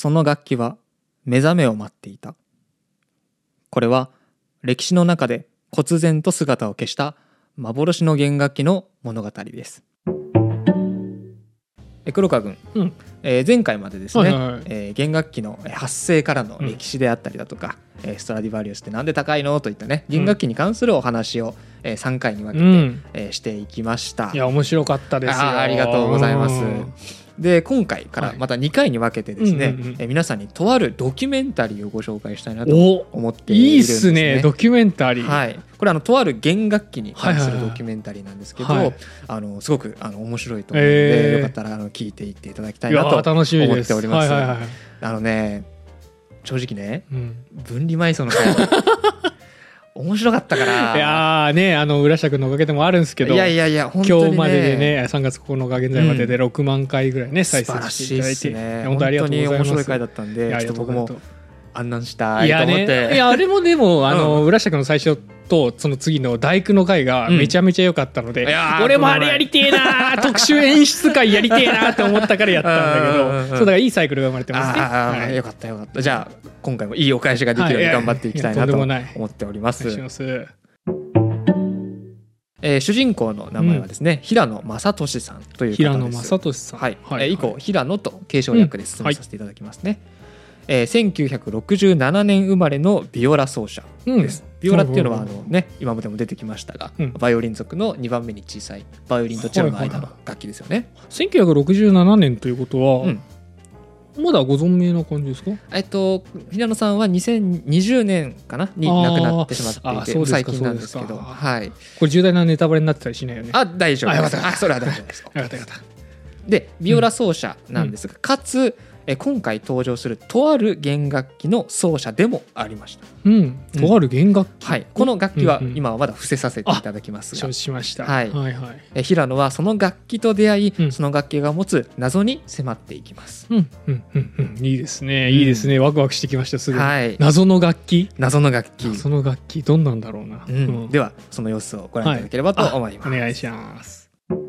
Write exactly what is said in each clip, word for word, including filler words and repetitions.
その楽器は目覚めを待っていた。これは歴史の中で忽然と姿を消した幻の弦楽器の物語です。え黒川君、 うんえー、前回までですね、 はいはいはいえー、弦楽器の発生からの歴史であったりだとか、うんえー、ストラディバリウスってなんで高いのといったね弦楽器に関するお話を、えー、さんかいに分けて、 うんえー、していきました。 いや面白かったですよ。 あ, ありがとうございます。 うん、 で今回からまたにかいに分けてですね、 はいうんうんうんえー、皆さんにとあるドキュメンタリーをご紹介したいなと思っていいいっるんですね。 すねドキュメンタリー、 はい、これあのとある弦楽器に関するドキュメンタリーなんですけど、 はいはいはいあのすごくあの面白いと思うので、 えーよかったらあの聞いていっていただきたいなと思って楽しみですおります。 はいはいはい、 あのね正直ね、 うん、 分離埋葬の回面白かったからいやーねあの浦下君のおかげでもあるんですけど、 いやいやいや本当に、ね、 今日まででねさんがつここのか現在まででろくまんかいぐらいね、うん、再生していただいて、 ね、 本当ありがとうございます。 本当に面白い回だったんでちょっと僕も案内したいと思って。 いや、ね、いやあれもでもあの、うん、浦下君の最初とその次の大工の回がめちゃめちゃ良かったので、うん、俺もあれやりてえな特殊演出会やりてえなって思ったからやったんだけどうん、うん、そうだからいいサイクルが生まれてますね。 あ、はい、よかったよかった。じゃあ今回もいいお返しができるように頑張っていきたいなと思っております。えー、主人公の名前はですね、うん、平野正俊さんという方です。平野正俊さん、はいはいはい、えー、以降平野と継承略で進めさせていただきますね、うんはいえー、せんきゅうひゃくろくじゅうななねん生まれのビオラ奏者です、うん、ビオラっていうのはあの、ね、今までも出てきましたが、うん、バイオリン属のにばんめに小さいバイオリンとチェロの間の楽器ですよね、はいはいはい、 せんきゅうひゃくろくじゅうななねんということは、うんまだご存命な感じですか？ えっと平野さんはにせんにじゅうねんかなに亡くなってしまっていて最近なんですけど、はい、 これ重大なネタバレになってたりしないよね。 あ大丈夫です。 ああそれは大丈夫です。 よかったよかった。 でビオラ奏者なんですが、うん、かつえ今回登場するとある弦楽器の奏者でもありました。 うん、とある弦楽器、 うんはい、この楽器は今はまだ伏せさせていただきますが、 承知しました、 はいはいはい、 え平野はその楽器と出会い、うん、その楽器が持つ謎に迫っていきます。 うんうんうんうん、いいですねいいですね、うん、ワクワクしてきましたすぐに、はい、謎の楽器謎の楽器謎の楽器どんなんだろうな、 うんうん、ではその様子をご覧いただければと思います、 はい、お願いします。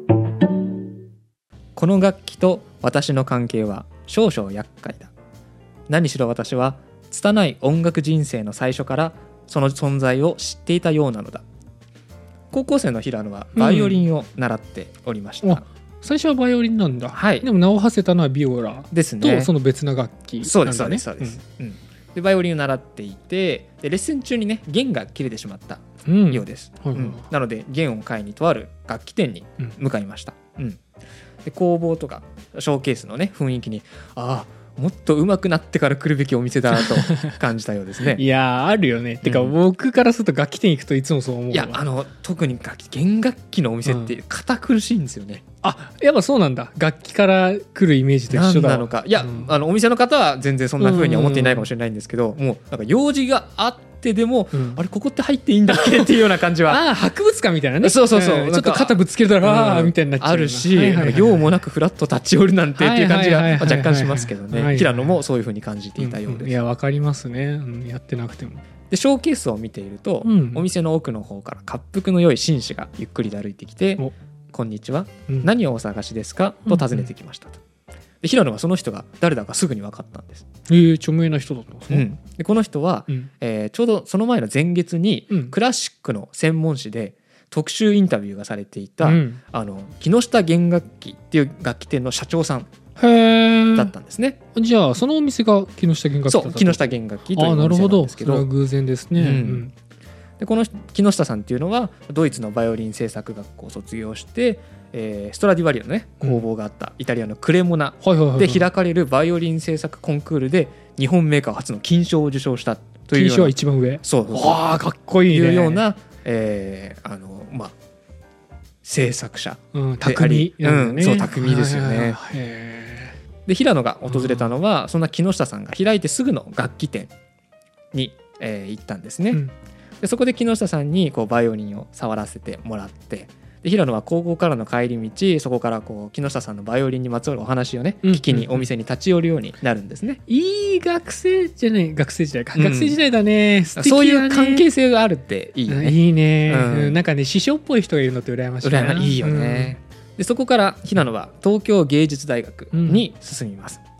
この楽器と私の関係は少々厄介だ。何しろ私は拙い音楽人生の最初からその存在を知っていたようなのだ。高校生の平野はバイオリンを習っておりました、うん、 最初はバイオリンなんだ、 はい、 でも名を馳せたのはビオラですね。 とその別な楽器なんだ、ね、 そうですそうですそうです、うんうん、でバイオリンを習っていてでレッスン中にね弦が切れてしまったようです、うんはいはいはい、なので弦を買いにとある楽器店に向かいました、うんうん、で工房とかショーケースのね雰囲気にああもっと上手くなってから来るべきお店だと感じたようですね。 いやあるよね、うん、てか僕からすると楽器店行くといつもそう思う。 いやあの特に楽器弦楽器のお店って堅苦しいんですよね、 うん、あやっぱそうなんだ。楽器から来るイメージと一緒だ。 何なのかいや、うん、あのお店の方は全然そんな風には思っていないかもしれないんですけど、うん、もうなんか用事があってでも、うん、あれここって入っていいんだっけっていうような感じはああ博物館みたいなね。 そうそうそう、 うん、ちょっと肩ぶつけたら、うん、みたいになっちゃうあるし、はいはいはい、用もなくフラッと立ち寄るなんてっていう感じが若干しますけどね、はいはいはい、平野もそういう風に感じていたようです、うん、 いやわかりますね、うん、やってなくても。 でショーケースを見ていると、うん、お店の奥の方から滑腹の良い紳士がゆっくりと歩いてきて、こんにちは、うん、何をお探しですかと尋ねてきましたと。で平野はその人が誰だかすぐに分かったんです。 えー、著名な人だったんですか、 うん、でこの人は、うんえー、ちょうどその前の前月に、うん、クラシックの専門誌で特集インタビューがされていた、うん、あの木下弦楽器っていう楽器店の社長さんだったんですね。 じゃあそのお店が木下弦楽器だった。 そう木下弦楽器というお店なんですけど。 あなるほど、それは偶然ですね、うんうんでこの木下さんっていうのはドイツのバイオリン製作学校を卒業して、えー、ストラディバリウの、ね、工房があったイタリアのクレモナで開かれるバイオリン製作コンクールで日本メーカー初の金賞を受賞したというような。 金賞は一番上。 そうそうそう。 わあかっこいいね。 いうような、えーあのまあ、制作者であり、 うん、匠なんだね、 うん、そう匠ですよね。で平野が訪れたのは、うん、そんな木下さんが開いてすぐの楽器店に、えー、行ったんですね、うんでそこで木下さんにこうバイオリンを触らせてもらってで平野は高校からの帰り道そこからこう木下さんのバイオリンにまつわるお話をね、うん、聞きにお店に立ち寄るようになるんですね。 いい学生じゃない学生時代か、うん、学生時代だね。素敵だね。 そういう関係性があるっていいよね。 いいね、うん、なんかね師匠っぽい人がいるのって羨ましいな。 いいよね、うん、でそこから平野は東京芸術大学に進みます、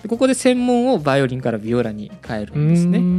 でここで専門をバイオリンからビオラに変えるんですね。うん、うん、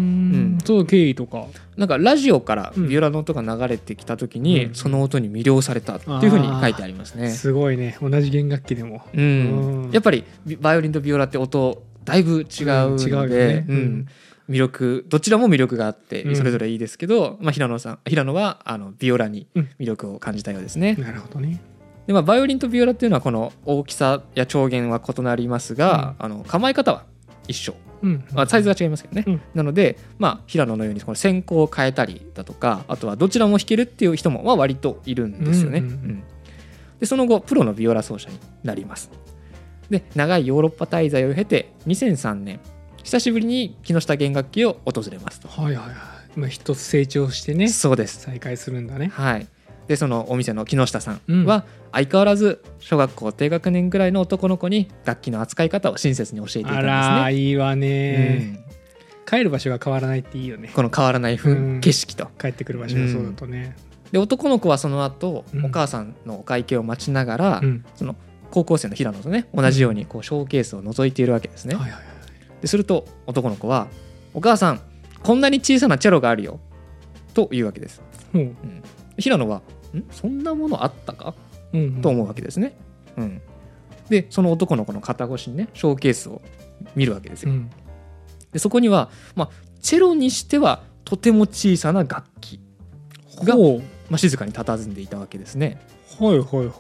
その経緯とかなんかラジオからビオラの音が流れてきた時に、うん、その音に魅了されたっていうふうに書いてありますね。 すごいね、同じ弦楽器でも、 うんうん、やっぱりバイオリンとビオラって音だいぶ違うので、うん、違うよね、うん魅力どちらも魅力があってそれぞれいいですけど、うんまあ、平野さん平野はあのビオラに魅力を感じたようですね、 うん、なるほどね。 で、まあ、バイオリンとビオラっていうのはこの大きさや調弦は異なりますが、うん、あの構え方は一緒、うんまあ、サイズは違いますけどね、うん、なので、まあ、平野のようにこの線香を変えたりだとかあとはどちらも弾けるっていう人もまあ割といるんですよね、うんうんうん、でその後プロのビオラ奏者になります。で長いヨーロッパ滞在を経てにせんさんねん久しぶりに木下弦楽器を訪れますと。 はいはいはい。まあ、一つ成長してね。 そうです。 再開するんだね。 はい。でそのお店の木下さんは相変わらず小学校低学年ぐらいの男の子に楽器の扱い方を親切に教えていたんですね。 あらいいわね、うん、帰る場所が変わらないっていいよね。 この変わらない風、うん、景色と帰ってくる場所がそうだとね、 うん、で男の子はその後、うん、お母さんのお会計を待ちながら、うん、その高校生の平野とね同じようにこうショーケースを覗いているわけですね、うんはいはいはい、ですると男の子はお母さんこんなに小さなチェロがあるよと言うわけです、うんうん、平野はんそんなものあったか、うんうん、と思うわけですね、うん、でその男の子の肩越しにねショーケースを見るわけですよ、うん、でそこには、まあ、チェロにしてはとても小さな楽器が、まあ、静かに佇んでいたわけですね。 はいはいはいはい、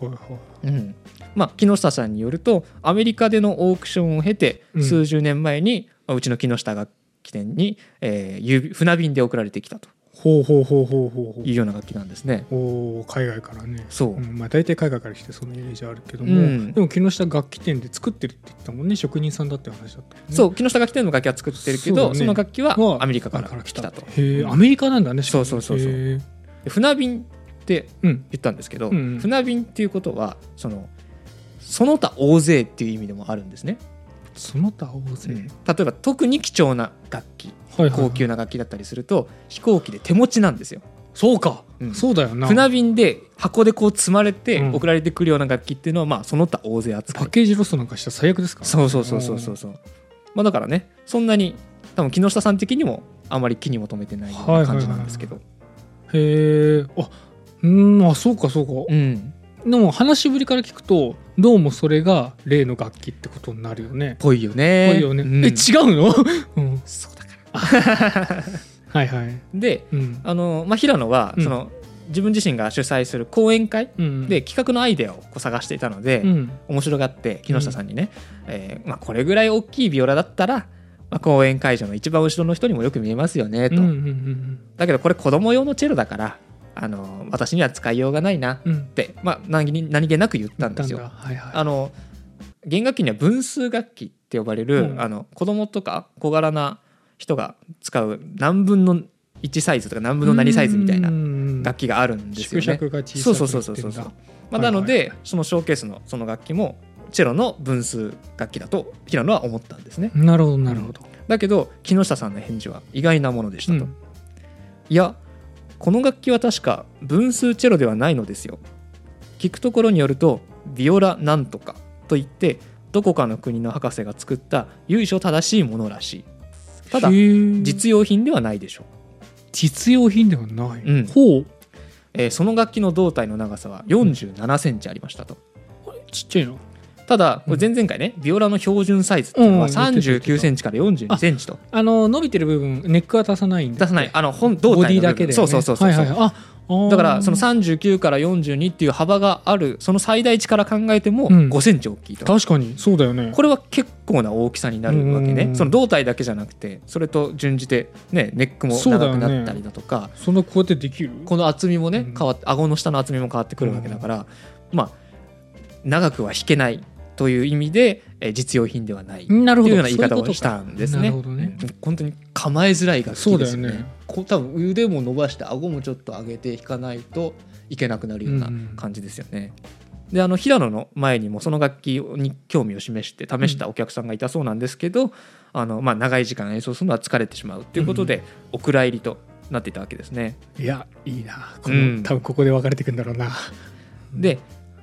うんまあ、木下さんによるとアメリカでのオークションを経て数十年前に、うん、うちの木下楽器店に、えー、船便で送られてきたとほうほうほうほうほういうような楽器なんですね。 お海外からね。 そう、 うんまあ、大体海外から来てそのイメージあるけども、うん、でも木下楽器店で作ってるって言ったもんね。職人さんだって話だった、ね、 そう木下楽器店の楽器は作ってるけど そ,、ね、その楽器はアメリカから来たと。 へえアメリカなんだね。 そうそうそうそう船便って言ったんですけど、うんうん、船便っていうことはそのその他大勢っていう意味でもあるんですね。 その他大勢、うん、 例えば特に貴重な楽器、はいはいはい、高級な楽器だったりすると飛行機で手持ちなんですよ。 そうか、うん、そうだよな。 船便で箱でこう積まれて送られてくるような楽器っていうのは、まあ、その他大勢扱い。 パッケージロスなんかしたら最悪ですから、ね、 そうそうそうそうそうそう、まあ、だからねそんなに多分木下さん的にもあまり気に求めてないような感じなんですけど、 はいはいはい、へえあうんあそうかそうか、うん、でも話しぶりから聞くとどうもそれが例の楽器ってことになるよね。 ぽいよね。 ぽいよね、うん、え違うの、うん、 そうだからはいはいで、うんあのまあ、平野はその、うん、自分自身が主催する講演会で企画のアイデアをこう探していたので、うん、面白がって木下さんにね、うんえーまあ、これぐらい大きいビオラだったら、まあ、講演会場の一番後ろの人にもよく見えますよねと、うんうんうんうん、だけどこれ子供用のチェロだからあの私には使いようがないなって、うんまあ、何, 何気なく言ったんですよ。はいはい、あの弦楽器には分数楽器って呼ばれる、うん、あの子供とか小柄な人が使う何分のいちサイズとか何分の何サイズみたいな楽器があるんですよね。 縮尺が小さくなってんだ。そうそうそうそう、 まあ、なので、はいはい、そのショーケースのその楽器もチェロの分数楽器だと平野は思ったんですね。 なるほどなるほど。 だけど木下さんの返事は意外なものでしたと、うん、いやこの楽器は確か分数チェロではないのですよ。聞くところによるとビオラなんとかといってどこかの国の博士が作った由緒正しいものらしい。ただ実用品ではないでしょう。 実用品ではない、 うん、ほう、えー、その楽器の胴体の長さはよんじゅうななセンチありましたと、 うん、あれちっちゃいの。 ただこれ前々回ね、うん、ビオラの標準サイズっていうのはさんじゅうきゅうセンチからよんじゅうにセンチと、 あの伸びてる部分ネックは出さないんで出さないあの本胴体の部分ボディだけで、ね、そうそうそうそう、はいはい、あだからそのさんじゅうきゅうからよんじゅうにっていう幅があるその最大値から考えてもごセンチ大きいと、 うん、確かにそうだよね。 これは結構な大きさになるわけね。その胴体だけじゃなくてそれと準じて、ね、ネックも長くなったりだとかそ,、ね、そんなこうやってできるこの厚みもね、うん、変わって顎の下の厚みも変わってくるわけだから、うん、まあ長くは弾けないという意味で実用品ではないっていうような言い方をしたんですね。 なるほどね。 本当に構えづらい楽器ですよね。 そうだよね。 こう多分腕も伸ばして顎もちょっと上げて弾かないといけなくなるような感じですよね。うん、であの平野の前にもその楽器に興味を示して試したお客さんがいたそうなんですけど、うん、あのまあ、長い時間演奏するのは疲れてしまうということで、うん、お蔵入りとなっていたわけですね。 いやいいなこの、うん、多分ここで分かれていくんだろうな。 で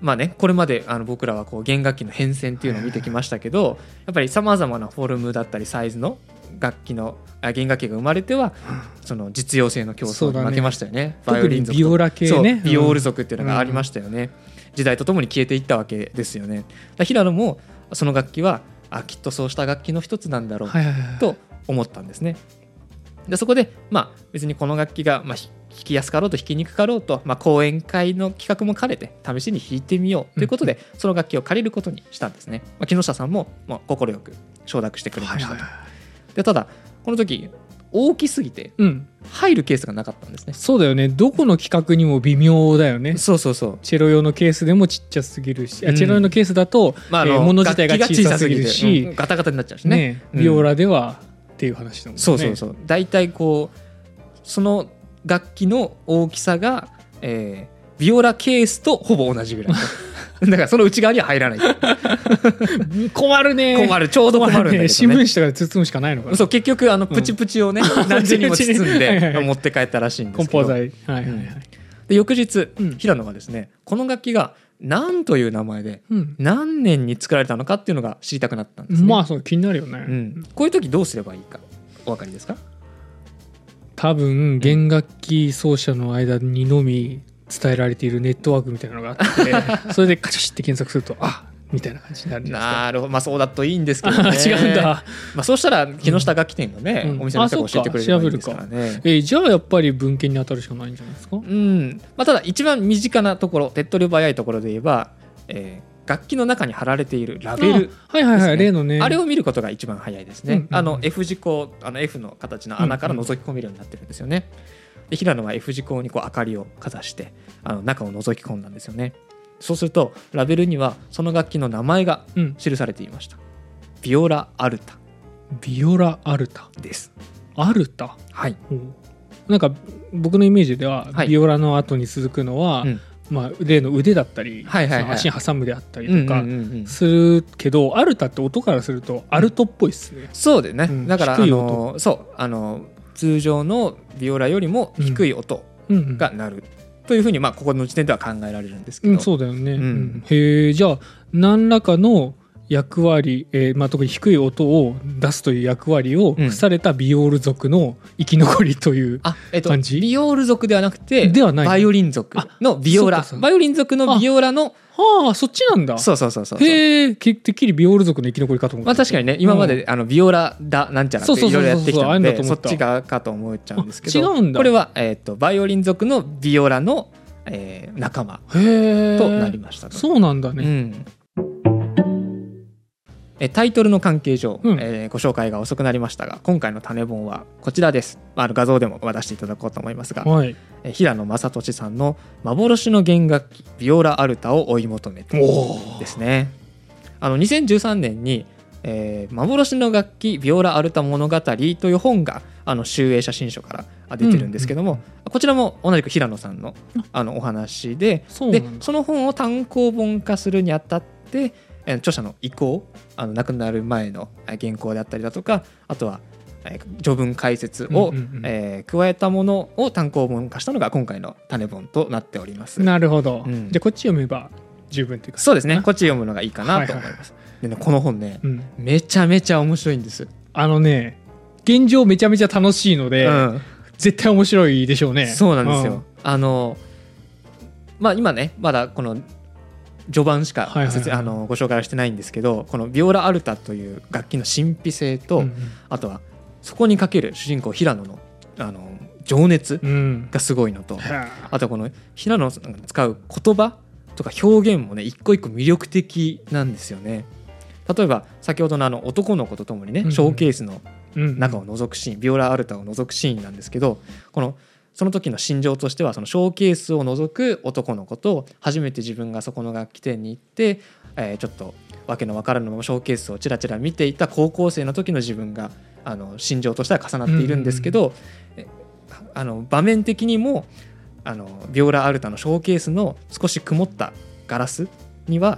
まあね、これまであの僕らはこう弦楽器の変遷っていうのを見てきましたけど、やっぱりさまざまなフォルムだったりサイズの楽器の弦楽器が生まれてはその実用性の競争に負けましたよね。 バイオリン族、ビオラ系ね、 ビオール族っていうのがありましたよね、うん、時代とともに消えていったわけですよね。平野もその楽器はあきっとそうした楽器の一つなんだろうと思ったんですね。でそこで、まあ、別にこの楽器が、まあ、弾きやすかろうと弾きにくかろうと、まあ、講演会の企画も兼ねて試しに弾いてみようということで、うん、その楽器を借りることにしたんですね。まあ、木下さんも快く承諾してくれましたと、はいはいはい、でただこの時大きすぎて入るケースがなかったんですね、うん、 そうだよね。どこの企画にも微妙だよね。 そうそうそう。 チェロ用のケースでもちっちゃすぎるし、うん、チェロ用のケースだと、まあ、あの、えー、物自体が小さすぎるし、 うん、ガタガタになっちゃうしね、 ね、ビオラでは、うんっていう話だもんね。 そうそうそう。だいたいこうその楽器の大きさが、えー、ビオラケースとほぼ同じぐらいだからその内側には入らない困るね。 困る。ちょうど困るんだけどね。 新聞紙とかで包むしかないのかな。 そう結局あのプチプチをね、うん、何重にも包んで持って帰ったらしいんですけど、 梱包材、はいはいはい、うん、 で翌日、うん、平野はですねこの楽器が何という名前で何年に作られたのかっていうのが知りたくなったんですね。 まあそう気になるよね、 うん、こういう時どうすればいいかお分かりですか？ 多分弦楽器奏者の間にのみ伝えられているネットワークみたいなのがあってそれでカチャシって検索するとあみたいな感じになるんですか。 なるほど、まあ、そうだといいんですけどね違うんだ、 まあ、そうしたら木下楽器店のね、うん、お店の人が教えてくれればいいですからね。 えー、じゃあやっぱり文献に当たるしかないんじゃないですか。うん、 まあ、ただ一番身近なところ手っ取り早いところで言えば、えー楽器の中に貼られているラベル、ね、 はいはいはい、例のね、 あれを見ることが一番早いですね、うんうんうん、あの F 字工、あの F の形の穴から覗き込めるようになってるんですよね、うんうん、で平野は F 字工にこう明かりをかざしてあの中を覗き込んだんですよね。そうするとラベルにはその楽器の名前が記されていました、うん、ビオラアルタ。 ビオラアルタです。 アルタ、 はい、 うん、なんか僕のイメージでは、はい、ビオラの後に続くのは、うん、まあ、例の腕だったり、はいはいはい、足に挟むであったりとかするけど、うんうんうんうん、アルタって音からするとアルトっぽいっすね、うん、 そうでね、うん、だからあのそうあの通常のビオラよりも低い音が鳴る、うんうんうん、というふうに、まあ、ここの時点では考えられるんですけど、 うん、そうだよね、うん、へえ。じゃあ何らかの役割、えーまあ、特に低い音を出すという役割を付されたビオール族の生き残りという感じ、うん、あ、えっと、 ビオール族ではなくてではないバイオリン族のビオラ、バイオリン族のビオラの、 はあ、そっちなんだ。 そうそうそうそう。 へえ、てっきりビオール族の生き残りかと思って。 まあ、確かにね今まで、うん、あのビオラだなんちゃらっていろいろやってきたのでそっち側かと思っちゃうんですけど、 違うんだ。 これは、えー、とバイオリン族のビオラの、えー、仲間となりましたと。 そうなんだね、うん。 タイトルの関係上、うん、えー、ご紹介が遅くなりましたが今回の種本はこちらです。あの画像でも渡していただこうと思いますが、はい、え平野正俊さんの幻の弦楽器ビオラアルタを追い求めてですね。あのにせんじゅうさんねんに、えー、幻の楽器ビオラアルタ物語という本があの集英写真書から出てるんですけども、うんうんうん、こちらも同じく平野さん の, あのお話 で, でその本を単行本化するにあたって著者の意向、あの亡くなる前の原稿であったりだとか、あとは序文解説を、うんうんうん、えー、加えたものを単行本化したのが今回の種本となっております。 なるほど、うん、じゃあこっち読めば十分というか。 そうですね、こっち読むのがいいかなと思います、はいはい、でね、この本ね、うん、めちゃめちゃ面白いんです。 あのね現状めちゃめちゃ楽しいので、うん、絶対面白いでしょうね。 そうなんですよ、うん、あのまあ今ねまだこの序盤しか、はいはいはい、あのご紹介はしてないんですけど、このビオラアルタという楽器の神秘性と、うんうん、あとはそこにかける主人公平野の、あの情熱がすごいのと、うん、あとこの平野の使う言葉とか表現もね一個一個魅力的なんですよね。例えば先ほどのあの男の子とともにね、うんうん、ショーケースの中を覗くシーン、ビオラアルタを覗くシーンなんですけど、このその時の心情としてはそのショーケースを覗く男の子と初めて自分がそこの楽器店に行って、えー、ちょっとわけのわからぬままショーケースをちらちら見ていた高校生の時の自分があの心情としては重なっているんですけど、うんうん、あの場面的にもあのビオラアルタのショーケースの少し曇ったガラスには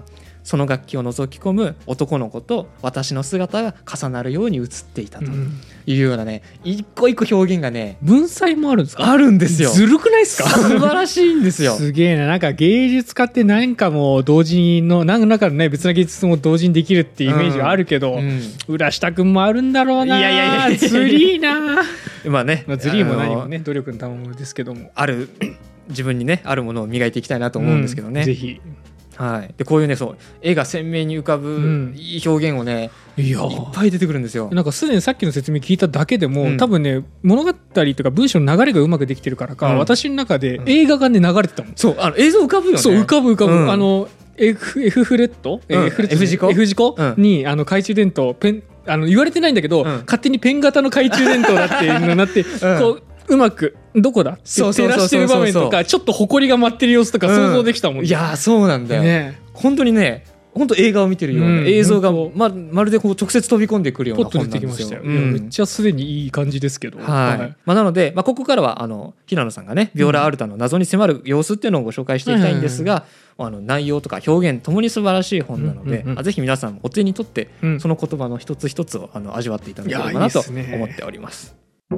その楽器を覗き込む男の子と私の姿が重なるように映っていたというようなね、一個一個表現がね、 文才もあるんですか？ あるんですよ。 ずるくないですか？ 素晴らしいんですよ。 すげえな。なんか芸術家って何かも同時の何らかのね別な芸術も同時にできるっていうイメージがあるけど、うんうん、浦下くんもあるんだろうな。いやいやいやずりーな。 まあね、 まあ、ずりーも何もね努力の賜物ですけども、 ある自分にねあるものを磨いていきたいなと思うんですけどね、 うん、ぜひ。 はい、でこういうねそう絵が鮮明に浮かぶいい表現をね、うん、いやいっぱい出てくるんですよ。 なんかすでにさっきの説明聞いただけでも、うん、多分ね物語というか文章の流れがうまくできてるからか、うん、私の中で映画がね流れてたもん、うん、 そうあの映像浮かぶよね。 そう浮かぶ浮かぶ、うん、あの F, F フレット、うん、F 字工 F 字工にあの懐中電灯ペンあの言われてないんだけど、うん、勝手にペン型の懐中電灯だっていうのになって、うん、こううまくどこだって照らしてる場面とかちょっと埃が舞ってる様子とか想像できたもんね、 うん、いやそうなんだよ、ね、本当にね本当映画を見てるような、うん、映像が ま, まるでこう直接飛び込んでくるような本なんですよ。ポッと出てきましたよ、うん、 めっちゃすでにいい感じですけど、 はいはい、まあ、なので、まあ、ここからはあの平野さんがねビオラアルタの謎に迫る様子っていうのをご紹介していきたいんですが、うん、あの内容とか表現ともに素晴らしい本なので、うんうんうん、ぜひ皆さんお手に取って、うん、その言葉の一つ一つをあの味わっていただければなと思っております。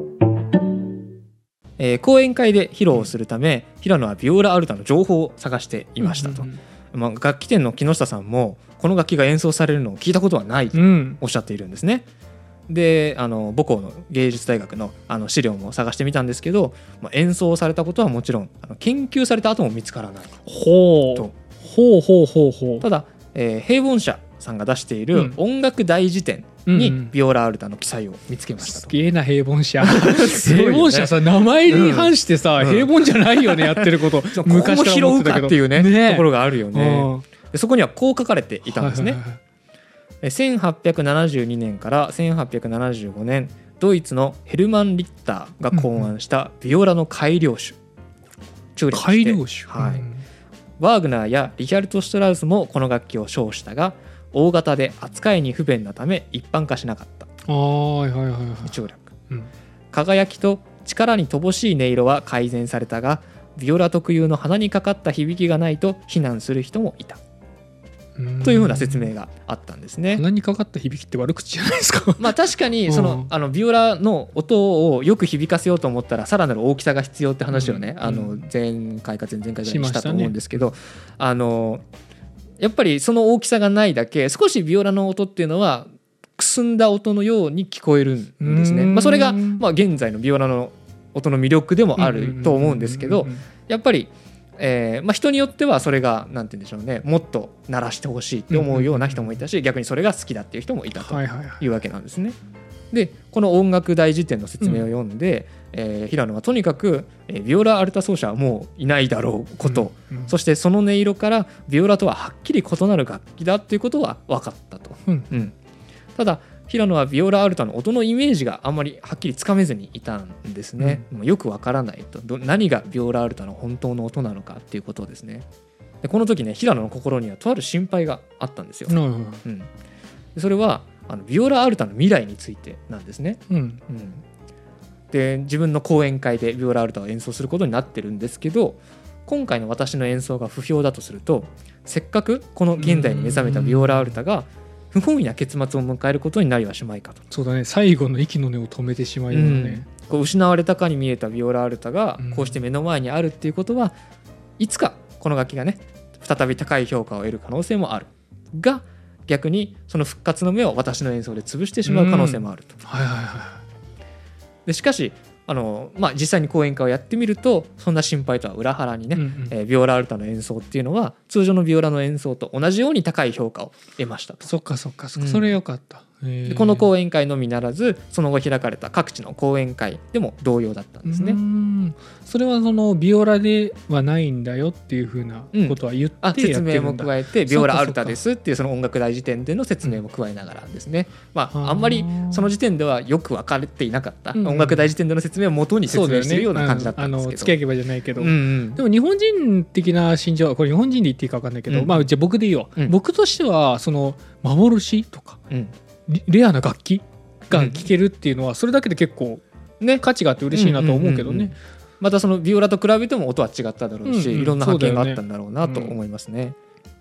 えー、講演会で披露するため平野はビオラアルタの情報を探していましたと、うんうんうん、まあ、楽器店の木下さんもこの楽器が演奏されるのを聞いたことはないとおっしゃっているんですね、うん、であの母校の芸術大学 の, あの資料も探してみたんですけど、まあ、演奏されたことはもちろんあの研究された後も見つからないほうとほうほうほうほう。 ただ、えー、平凡社さんが出している音楽大辞典にビオラアルタの記載を見つけましたと。 すげえな平凡社平凡社さ名前に反してさ、うん、平凡じゃないよねやってること昔から思ってたけど、ここも拾うかっていうね、ねところがあるよね。でそこにはこう書かれていたんですね、はいはいはい、せんはっぴゃくななじゅうにねんからせんはっぴゃくななじゅうごねんドイツのヘルマン・リッターが考案したビオラの改良種、 うんうん、改良種、 はい、うん、ワーグナーやリヒャルト・シュトラウスもこの楽器を称したが大型で扱いに不便なため一般化しなかった。 あ、はいはいはいはい、 聴力、うん、輝きと力に乏しい音色は改善されたがビオラ特有の鼻にかかった響きがないと非難する人もいたというふうな説明があったんですね。 鼻にかかった響きって悪口じゃないですかまあ確かにそのあのビオラの音をよく響かせようと思ったらさらなる大きさが必要って話をね、うん、あの前回か前々回ぐらいにしたと思うんですけど、ね、あのやっぱりその大きさがないだけ少しビオラの音っていうのはくすんだ音のように聞こえるんですね。まあ、それがまあ現在のビオラの音の魅力でもあると思うんですけど、やっぱりえーまあ、人によってはそれがなんて言うんでしょうね、もっと鳴らしてほしいって思うような人もいたし、逆にそれが好きだっていう人もいたというわけなんですね。でこの音楽大辞典の説明を読んで、うん、えー、平野はとにかく、えー、ビオラアルタ奏者はもういないだろうこと、うんうん、そしてその音色からビオラとははっきり異なる楽器だっていうことは分かったと、うんうん、ただ平野はビオラアルタの音のイメージがあんまりはっきりつかめずにいたんですね、うん、もうよくわからないと、ど何がビオラアルタの本当の音なのかっていうことですね。でこの時ね平野の心にはとある心配があったんですよ、うんうん、でそれはあのビオラアルタの未来についてなんですね、うんうん、で自分の講演会でビオラアルタを演奏することになってるんですけど、今回の私の演奏が不評だとするとせっかくこの現代に目覚めたビオラアルタが不本意な結末を迎えることになりはしまいかと。 そうだね、最後の息の根を止めてしまいようなね、 うん、こう失われたかに見えたビオラアルタがこうして目の前にあるっていうことは、いつかこの楽器がね再び高い評価を得る可能性もあるが、逆にその復活の芽を私の演奏で潰してしまう可能性もあると、うん、はいはいはい、でしかしあの、まあ、実際に講演会をやってみるとそんな心配とは裏腹にね、うんうん、えー、ビオラアルタの演奏っていうのは通常のビオラの演奏と同じように高い評価を得ましたと。 そっかそっかそっか、うん、それよかった。 でこの講演会のみならずその後開かれた各地の講演会でも同様だったんですね。 うーん、それはそのビオラではないんだよっていうふうなことは言ってやってるんだ、 うん、あ説明も加えてビオラアルタですっていうその音楽大辞典での説明も加えながらですね、まあ、あんまりその時点ではよく分かれていなかった、うん、音楽大辞典での説明を元に説明しているような感じだったんですけど、 あの付け焼き場じゃないけど、うんうん、でも日本人的な心情はこれ日本人で言っていいか分かんないけど、うん、まあ、じゃあ僕でいいよ、うん、僕としてはその幻とか、うん、レアな楽器が聴けるっていうのはそれだけで結構、ね、価値があって嬉しいなと思うけどね、うんうんうんうん、 またそのビオラと比べても音は違っただろうし、うんうん、いろんな発見があったんだろうなと思いますね、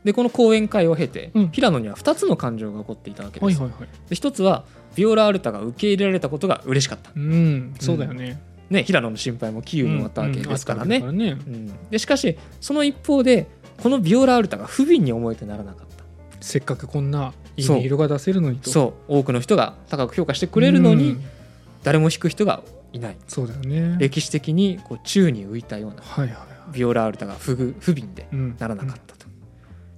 でこの講演会を経て、うん、平野にはふたつの感情が起こっていたわけです、はいはいはい、でひとつはビオラアルタが受け入れられたことが嬉しかった、 うん、そうだよね、 うん、ね平野の心配も杞憂に終わったわけですからね、うんうんねうん、でしかしその一方でこのビオラアルタが不憫に思えてならなかった。 せっかくこんないい音色が出せるのにと。 そう多くの人が高く評価してくれるのに、うん、誰も弾く人がいない。 そうだよね。 歴史的にこう宙に浮いたような、はいはいはい、ビオラアルタが不不憫でならなかったと、うん、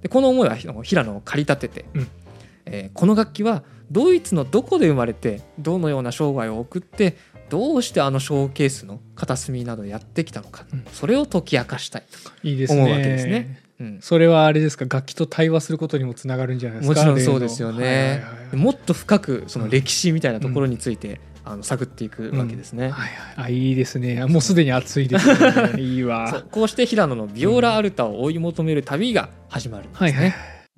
でこの思いは平野を駆り立てて、うんえー、この楽器はドイツのどこで生まれてどのような生涯を送ってどうしてあのショーケースの片隅などやってきたのか、うん、それを解き明かしたいと思うわけですね。 うん、それはあれですか、楽器と対話することにもつながるんじゃないですか。 もちろんそうですよね、はいはいはい、もっと深くその歴史みたいなところについて、うん、あの探っていくわけですね、うんはいはい、あいいですね。もうすでに熱いですねいいわ。 そうこうして平野のビオラアルタを追い求める旅が始まるんですね、はいはい、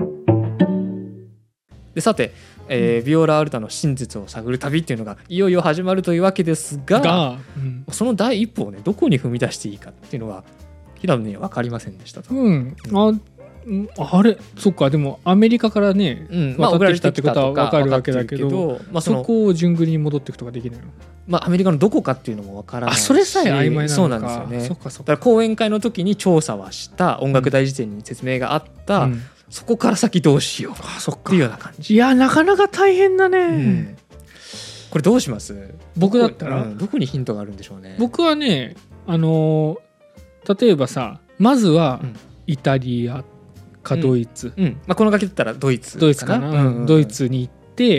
でさて、えー、ビオラアルタの真実を探る旅っていうのがいよいよ始まるというわけですが、がうん、その第一歩をねどこに踏み出していいかっていうのは平野には分かりませんでしたと、 うんああれそっか。でもアメリカからね、うんまあ、渡ってきたってことは分かるわけだけど、まあ、そ, そこを順繰りに戻っていくとかできないの。 まあ、アメリカのどこかっていうのも分からないし、 あそれさえ曖昧なのか。 そうなんですよね。そっかそっか。だから講演会の時に調査はした音楽大辞典に説明があった、うん、そこから先どうしようっていうような感じ。 いやなかなか大変だね、うん、 これどうします？ 僕だったらど, こ、うん、どこにヒントがあるんでしょうね。 僕はねあの例えばさまずはイタリアかドイツ、 うんうんまあ、この楽器だったらドイツかな、 ドイツかな、うんうんうん、ドイツに行って、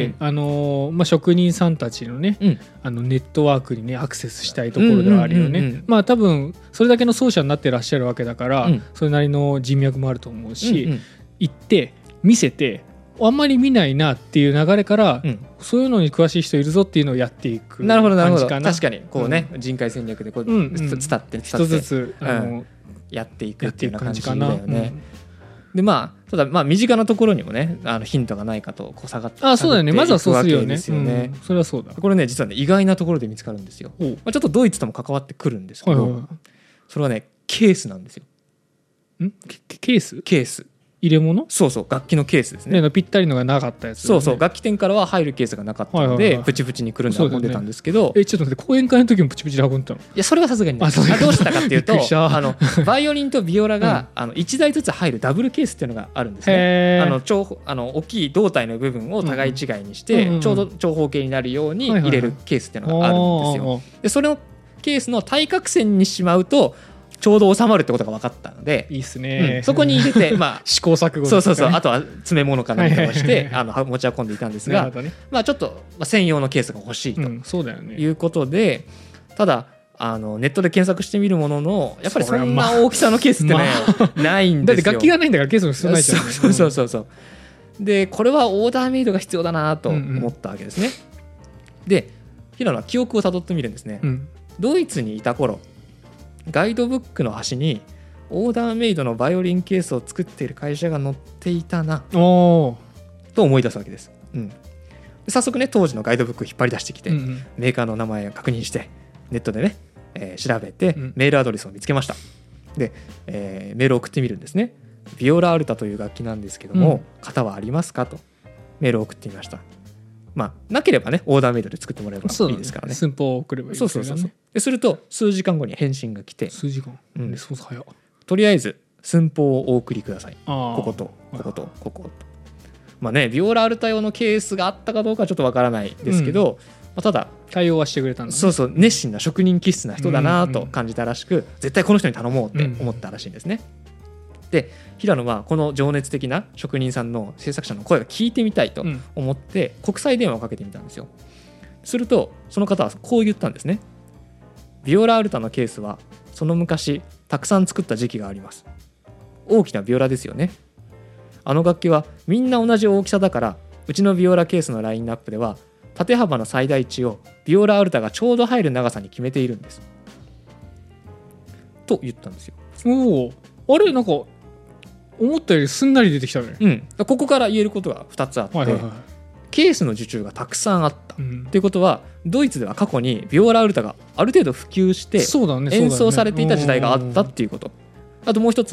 うんあのまあ、職人さんたちのね、うん、あのネットワークにねアクセスしたいところではあるよね、うんうんうんうん、まあ多分それだけの奏者になってらっしゃるわけだから、うん、それなりの人脈もあると思うし、うんうん、行って見せてあんまり見ないなっていう流れから、うん、そういうのに詳しい人いるぞっていうのをやっていく感じかな。 なるほどなるほど。確かにこうね、うん、人海戦略でこう、うんうん、伝って伝って一つずつあの、うんやっていくっていうような感じだよね、うん、でまあただまあ身近なところにもねあのヒントがないかとこう探ってあそうだよね。まずはそうするよね。 ですよね、 うん、それはそうだ。 これね実はね意外なところで見つかるんですよ、まあ、ちょっとドイツとも関わってくるんですけど、はいはいはい、それはねケースなんですよ。 んケースケース入れ物。 そうそう楽器のケースですね。 ぴったりのがなかったやつ、ね、 そうそう楽器店からは入るケースがなかったので、はいはいはい、プチプチにくるんで運んでたんですけど、 ね、えちょっと待って講演会の時もプチプチで運んでたの？いやそれはさすがに、ね、ああどうしたかっていうとあのバイオリンとビオラが、うん、あのいちだいずつ入るダブルケースっていうのがあるんですね。あの長あの大きい胴体の部分を互い違いにして、うん、ちょうど長方形になるように入れるケースっていうのがあるんですよ、はいはいはい、でそれのケースの対角線にしまうとちょうど収まるってことが分かったのでいいっすね、 うん、そこに入れて、まあ、 試行錯誤、ね、 そうそうそうあとは詰め物か何かをしてあの持ち運んでいたんですが、ねまあ、ちょっと専用のケースが欲しいと、うん、そうだよね、いうことでただあのネットで検索してみるもののやっぱりそんな大きさのケースってね、まあ、ないんですよ。 だって楽器がないんだからケースも必要ないじゃん。 そうそうそうそうでこれはオーダーメイドが必要だなと思ったわけですね、うんうん、で平野は記憶をたどってみるんですね、うん、ドイツにいた頃ガイドブックの端にオーダーメイドのバイオリンケースを作っている会社が載っていたなと思い出すわけです、うん、で早速ね当時のガイドブックを引っ張り出してきて、うんうん、メーカーの名前を確認してネットでね、えー、調べて、うん、メールアドレスを見つけました。で、えー、メールを送ってみるんですね。ビオラアルタという楽器なんですけども、うん、型はありますかとメールを送ってみました。まあ、なければねオーダーメイドで作ってもらえばいいですからね。 寸法を送ればいいですからね。そうそうそうそうですると数時間後に返信が来て数時間、うん、そう早っ。 とりあえず寸法をお送りください。こことこことこことまあねビオラアルタ用のケースがあったかどうかはちょっとわからないですけど、うんまあ、ただ対応はしてくれたんだ、ね、 そうそう熱心な職人気質な人だなと感じたらしく、うんうん、絶対この人に頼もうって思ったらしいんですね、うん、で平野はこの情熱的な職人さんの制作者の声が聞いてみたいと思って国際電話をかけてみたんですよ。するとその方はこう言ったんですね。ビオラアルタのケースはその昔たくさん作った時期があります。大きなビオラですよね。あの楽器はみんな同じ大きさだからうちのビオラケースのラインナップでは縦幅の最大値をビオラアルタがちょうど入る長さに決めているんですと言ったんですよ。 おおあれなんか思ったよりすんなり出てきたね、 うん、ここから言えることがふたつあって、はいはいはい、ケースの受注がたくさんあった、うん、っていうことはドイツでは過去にビオラアルタがある程度普及して演奏されていた時代があったっていうこと、あともう一つは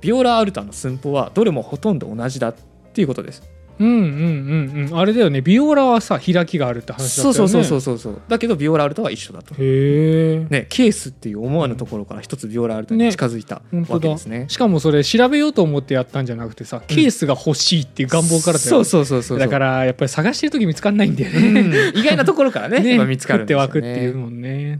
ビオラアルタの寸法はどれもほとんど同じだっていうことです。 うんうんうんうん。あれだよね、ビオラはさ開きがあるって話だったよね。 そうそうそうそうそう。だけどビオラアルタは一緒だと。 へえ。 ね、ケースっていう思わぬところから一つビオラアルタに近づいたわけですね。 ね、しかもそれ調べようと思ってやったんじゃなくてさ、ケースが欲しいっていう願望からだよね、 そうそうそうそう。 だからやっぱり探してる時見つかんないんだよね、うん、 意外なところからねね見つかるんですよね。 降って湧くっていうもんね。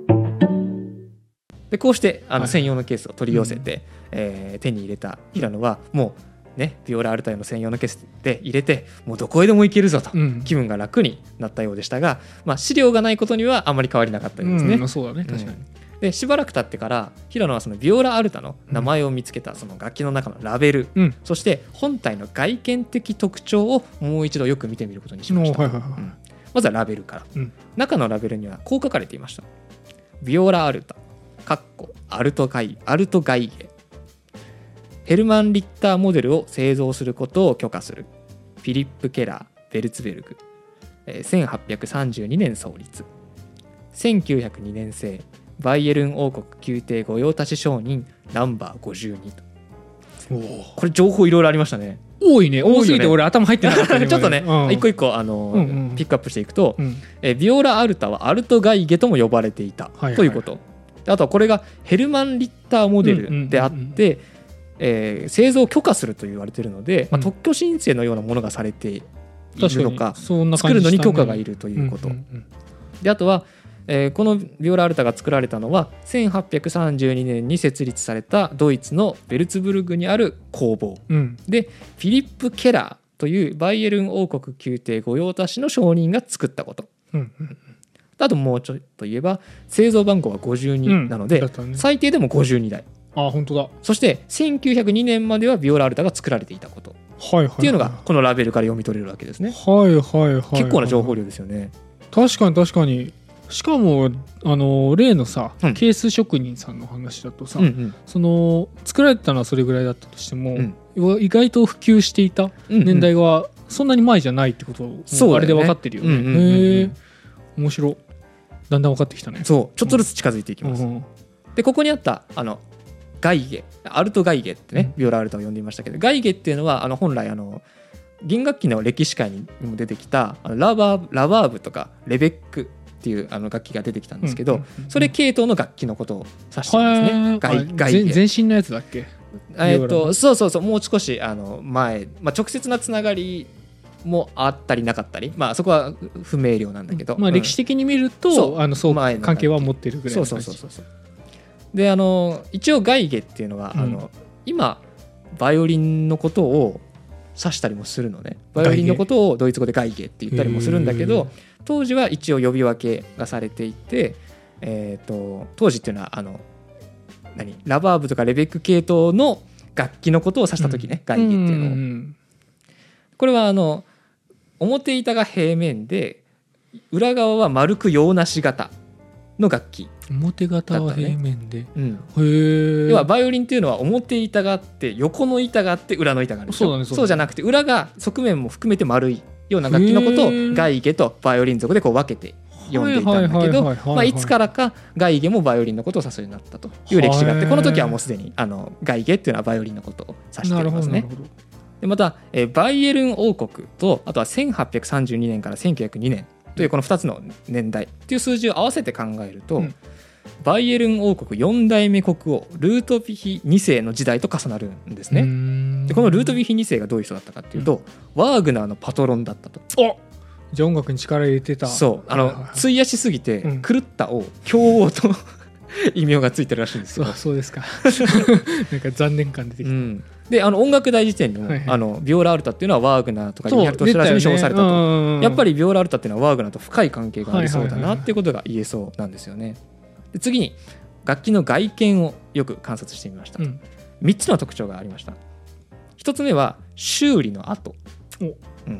でこうしてあの専用のケースを取り寄せて、はい、えー、手に入れた平野はもうね、ビオラアルタ用の専用のケースで入れてもうどこへでも行けるぞと、うん、気分が楽になったようでしたが、まあ、資料がないことにはあまり変わりなかったようですね、 うん、そうだね、確かに、 うん、でしばらく経ってから平野はそのビオラアルタの名前を見つけたその楽器の中のラベル、うん、そして本体の外見的特徴をもう一度よく見てみることにしました、はいはいはい、うん、まずはラベルから、うん、中のラベルにはこう書かれていました。ビオラアルタかっこアルトガイアルトガイゲ、ヘルマン・リッターモデルを製造することを許可するフィリップ・ケラー・ベルツベルグ、えー、せんはっぴゃくさんじゅうにねん創立、せんきゅうひゃくにねん製バイエルン王国宮廷御用達商人ナンバーごじゅうにと。これ情報いろいろありましたね。 多いね、多すぎて俺頭入ってなかった、 ね、ちょっとね、うん、一個一個あの、うんうん、ピックアップしていくと、うん、えビオラアルタはアルトガイゲとも呼ばれていた、はいはい、ということ。あとはこれがヘルマン・リッターモデルであって、うんうんうんうん、えー、製造を許可すると言われているので、まあ、特許申請のようなものがされているのか、うん、作るのに許可がいるということ、うんうんうん、であとは、えー、このビオラアルタが作られたのはせんはっぴゃくさんじゅうにねんに設立されたドイツのベルツブルグにある工房、うん、でフィリップ・ケラーというバイエルン王国宮廷御用達の商人が作ったこと、うんうん、あともうちょっと言えば製造番号はごじゅうになので、うんね、最低でもごじゅうにだい、 あ、本当だ。 そしてせんきゅうひゃくにねんまではビオラアルタが作られていたこと、はいはいはい、っていうのがこのラベルから読み取れるわけですね。 はいはいはいはい、 結構な情報量ですよね。 確かに確かに。しかもあの例のさ、うん、ケース職人さんの話だとさ、うんうん、その作られてたのはそれぐらいだったとしても、うん、意外と普及していた年代はそんなに前じゃないってことを、うんうん、あれで分かってるよね。うんうんうんうん、へえ、面白い。だんだん分かってきたね。 そうちょっとずつ近づいていきます、うん、でここにあったあのガイゲ、アルトガイゲってね、うん、ビオラアルタを呼んでいましたけど、ガイゲっていうのはあの本来あの弦楽器の歴史界にも出てきたあのラバー、ラバーブとかレベックっていうあの楽器が出てきたんですけど、うんうんうんうん、それ系統の楽器のことを指してるんですね。ガイ、ガイゲ。 前身のやつだっけ？ えー、っとそうそうそう、もう少しあの前、まあ、直接なつながりもあったりなかったり、まあそこは不明瞭なんだけど、 まあ、歴史的に見ると、うん、そうあのそう関係は持ってるぐらいの感じ。そうそうそうそうで、あの一応ガイゲっていうのは、うん、あの今バイオリンのことを指したりもするのね。バイオリンのことをドイツ語でガイゲって言ったりもするんだけど、当時は一応呼び分けがされていて、えー、と当時っていうのはあの何ラバーブとかレベック系統の楽器のことを指した時ね、うん、ガイゲっていうのを、うん、これはあの表板が平面で裏側は丸く洋梨型の楽器、 表型は平面で、うん、 へえ。要はバイオリンっていうのは表板があって横の板があって裏の板があるでしょ。そうだね、そうだね。そうじゃなくて裏が側面も含めて丸いような楽器のことをガイゲとバイオリン族でこう分けて呼んでいたんだけど、いつからかガイゲもバイオリンのことを指すようになったという歴史があって、この時はもうすでにあのガイゲっていうのはバイオリンのことを指していますね。でまた、えー、バイエルン王国とあとはせんはっぴゃくさんじゅうにねんからせんきゅうひゃくにねんというこのふたつの年代っていう数字を合わせて考えると、うん、バイエルン王国よんだいめ国王ルートヴィヒにせいの時代と重なるんですね。でこのルートヴィヒにせいがどういう人だったかっていうと、うん、ワーグナーのパトロンだったと。 おじゃあ音楽に力入れてた。 そうあの、はいはいはい、費やしすぎて、うん、狂った王強王と異名がついてるらしいんですよ。 そう、そうですかなんか残念感出てきた、うん、 であの音楽大辞典にも、はいはい、あのビオラアルタっていうのはワーグナーとかリヒャルト・シュトラスに称されたと、ね、やっぱりビオラアルタっていうのはワーグナーと深い関係がありそうだなっていうことが言えそうなんですよね。で次に楽器の外見をよく観察してみました、うん、みっつの特徴がありました。ひとつめは修理の跡、うん、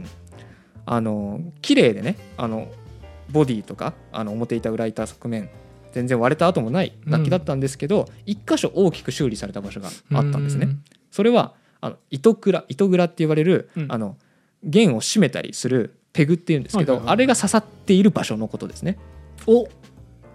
あの綺麗でね、あのボディとかあの表板裏板側面全然割れた跡もない楽器だったんですけど、うん、いっ箇所大きく修理された場所があったんですね。それはあの糸倉糸倉って言われる、うん、あの弦を締めたりするペグっていうんですけど、はいはいはい、あれが刺さっている場所のことですね。お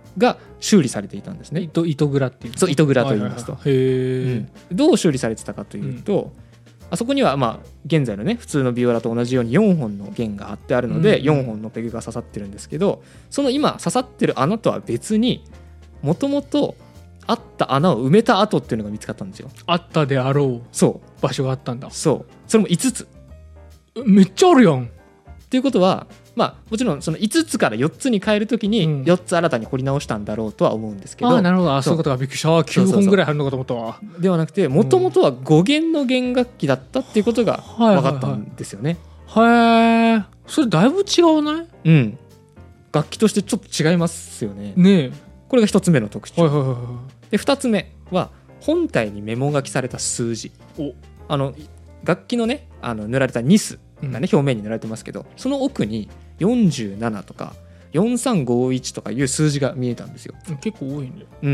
が修理されていたんですね。 糸糸蔵っていうそう糸蔵と言いますと、 はいはいはい、へうん、どう修理されてたかというと、うん、あそこにはまあ現在のね普通のビオラと同じようによんほんの弦が張ってあるので、うん、よんほんのペグが刺さってるんですけど、その今刺さってる穴とは別にもともとあった穴を埋めた跡っていうのが見つかったんですよ。 あったであろうそう場所があったんだ。 そうそれもいつつめっちゃあるやん。 っていうことはまあもちろんそのいつつからよっつに変えるときによっつ新たに掘り直したんだろうとは思うんですけど、 うん、あなるほど、あそういうことがびっくりした。きゅうほんぐらいあるのかと思ったわ。 ではなくてもともとはご弦の弦楽器だったっていうことが分かったんですよね。 はいはいはい、へえ、それだいぶ違わない？ うん、楽器としてちょっと違いますよね。 ねえ、 これがひとつめの特徴、 はいはいはいはい、 でふたつめは本体にメモ書きされた数字。おあの楽器のねあの塗られたニスがね、うん、表面に塗られてますけど、その奥によんじゅうななとかよんさんごいちとかいう数字が見えたんですよ。 結構多いね、 うん、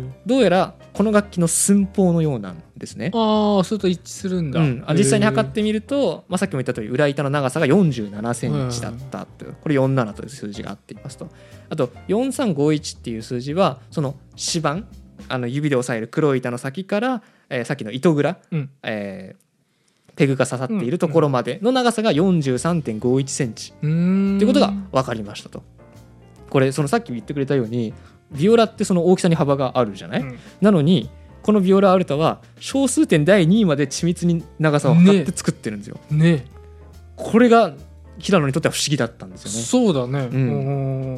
どうやらこの楽器の寸法のようなんですね。 ああ、それと一致するんだ、うん、 あ実際に測ってみると、まあ、さっきも言った通り裏板の長さがよんじゅうななセンチだったと、これよんじゅうななという数字が合っていますと。あとよんさんごいちっていう数字はその指板、あの指で押さえる黒い板の先から、えー、さっきの糸蔵、うんえーペグが刺さっているところまでの長さが よんじゅうさんてんごいちセンチということが分かりましたと。これそのさっき言ってくれたようにビオラってその大きさに幅があるじゃない、うん、なのにこのビオラアルタは小数点だいにいまで緻密に長さを測って作ってるんですよ。ねね、これが平野にとっては不思議だったんですよね。 そうだね、うん、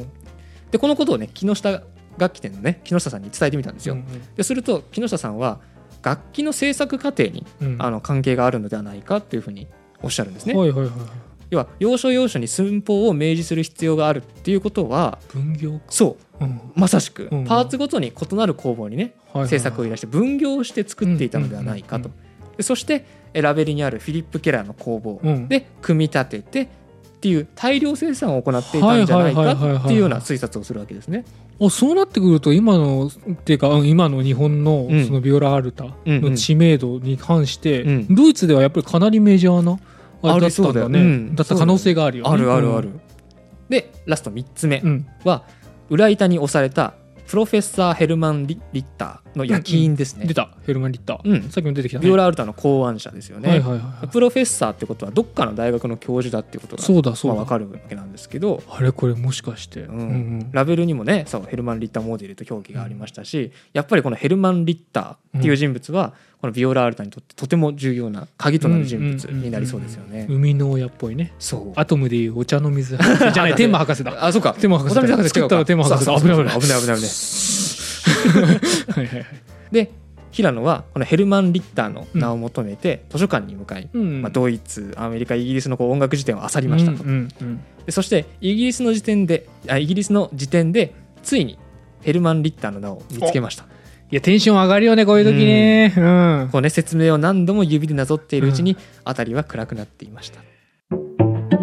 でこのことをね木下楽器店のね木下さんに伝えてみたんですよ、うんうん、ですると木下さんは楽器の制作過程に、うん、あの関係があるのではないかっていうふうにおっしゃるんですね。はいはいはい、要は要所要所に寸法を明示する必要があるっていうことは分業そう、うん、まさしく、うん、パーツごとに異なる工房にね、はいはいはい、制作を依頼して分業して作っていたのではないかと、でそしてラベルにあるフィリップ・ケラーの工房で組み立ててっていう大量生産を行っていたんじゃないかっていうような推察をするわけですね。 あそうなってくると今のっていうか今の日本のそのビオラアルタの知名度に関して、うんうん、ドイツではやっぱりかなりメジャーなあれだったんだね、うん、だった可能性があるよね。 あるあるある、うん、でラストみっつめは、うん、裏板に押されたプロフェッサーヘルマン・リッターの焼き印ですね、うんうん、 出たヘルマン・リッター、うん、さっきも出てきたね。 ビオラアルタの考案者ですよね、はいはいはいはい、プロフェッサーってことはどっかの大学の教授だっていうことがそうだそうだ、まあ、分かるわけなんですけど、 あれこれもしかして、うんうんうん、 ラベルにもねそうヘルマン・リッターモデルと表記がありましたし、うん、やっぱりこのヘルマン・リッターっていう人物は、うん、このビオラアルタにとってとても重要な鍵となる人物になりそうですよね。 生みの親っぽいね。そうアトムでいうお茶の水じゃない天馬博士だ。 あそうか天馬博士作ったら天馬博士だ。危ない危ない危ない危ない危ないはいはいはい、で平野はこのヘルマン・リッターの名を求めて図書館に向かい、うんまあ、ドイツアメリカイギリスのこう音楽辞典を漁りましたと、うんうんうん、でそしてイギリスの時点であイギリスの時点でついにヘルマン・リッターの名を見つけました。 いやテンション上がるよねこういう時ね、うんうん、 こうね説明を何度も指でなぞっているうちに辺りは暗くなっていました、うん、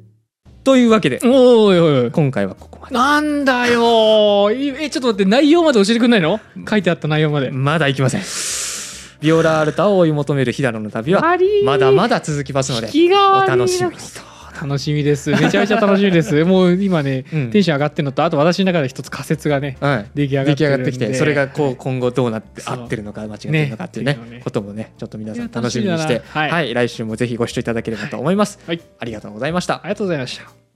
というわけでおいおい今回はここまで。 なんだよえちょっと待って内容まで教えてくんないの？書いてあった内容までまだいきません。ビオラアルタを追い求める平野の旅はまだまだ続きますのでお楽しみにと。 楽しみです。めちゃめちゃ楽しみです。もう今ね、うん、テンション上がってるのとあと私の中で一つ仮説がね、はい、出来上がってるんで出来上がってきてそれがこう今後どうなって合ってるのか間違ってるのかっていうね、ねこともねちょっと皆さん楽しみにして、はいはい、来週もぜひご視聴いただければと思います、はい、ありがとうございました。 ありがとうございました。